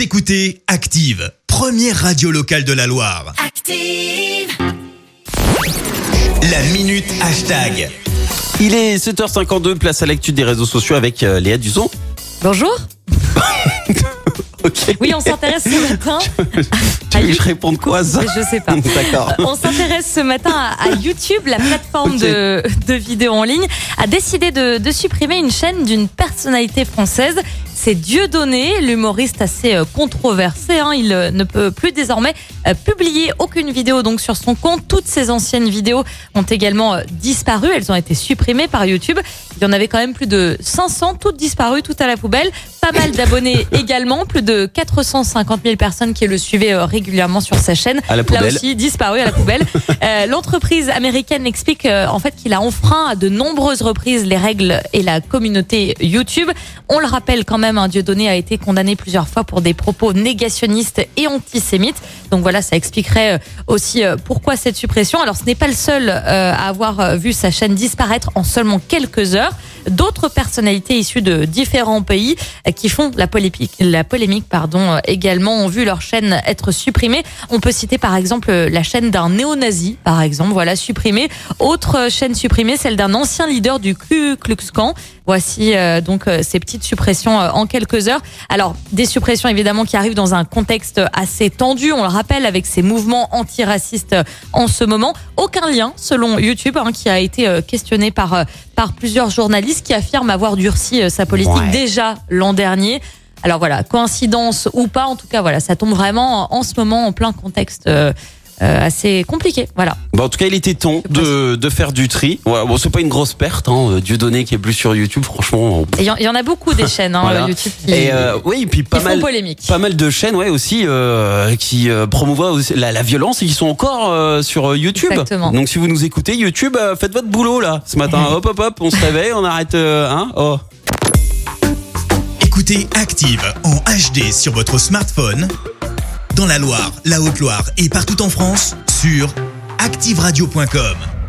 Vous écoutez Active, première radio locale de la Loire. Active. La minute hashtag. Il est 7h52, place à l'actu des réseaux sociaux avec Léa Duzon. Bonjour. Ok. Oui, on s'intéresse ce matin. Tu veux que je réponde quoi ça? Je sais pas. D'accord. On s'intéresse ce matin à YouTube, la plateforme Ok. de vidéos en ligne, a décidé de supprimer une chaîne d'une personnalité française. C'est Dieudonné, l'humoriste assez controversé. Il ne peut plus désormais publier aucune vidéo donc sur son compte. Toutes ses anciennes vidéos ont également disparu. Elles ont été supprimées par YouTube. Il y en avait quand même plus de 500, toutes disparues, toutes à la poubelle. Pas mal d'abonnés également, plus de 450 000 personnes qui le suivaient régulièrement sur sa chaîne. À la poubelle. Là aussi, disparu à la poubelle. L'entreprise américaine explique en fait qu'il a enfreint à de nombreuses reprises les règles et la communauté YouTube. On le rappelle quand même, Dieudonné a été condamné plusieurs fois pour des propos négationnistes et antisémites. Donc voilà, ça expliquerait aussi pourquoi cette suppression. Alors ce n'est pas le seul à avoir vu sa chaîne disparaître en seulement quelques heures. D'autres personnalités issues de différents pays qui font la polémique également ont vu leur chaîne être supprimée. On peut citer par exemple la chaîne d'un néo-nazi, par exemple, voilà, supprimée. Autre chaîne supprimée, celle d'un ancien leader du Ku Klux Klan. Voici donc ces petites suppressions en quelques heures. Alors, des suppressions évidemment qui arrivent dans un contexte assez tendu, on le rappelle, avec ces mouvements antiracistes en ce moment. Aucun lien, selon YouTube, qui a été questionné par plusieurs journalistes qui affirment avoir durci sa politique déjà l'an dernier. Alors voilà, coïncidence ou pas, en tout cas voilà, ça tombe vraiment en ce moment en plein contexte assez compliqué. Voilà. Bon, en tout cas, il était temps de faire du tri. Ouais, bon, c'est pas une grosse perte, Dieudonné qui est plus sur YouTube, franchement. Il y en a beaucoup des chaînes Voilà. YouTube qui, Et oui, et puis qui font polémique. pas mal de chaînes, ouais, aussi qui promouvoient aussi la violence et qui sont encore sur YouTube. Exactement. Donc si vous nous écoutez, YouTube, faites votre boulot là. Ce matin, hop, on se réveille, on arrête, Écoutez Active en HD sur votre smartphone, dans la Loire, la Haute-Loire et partout en France, sur activeradio.com.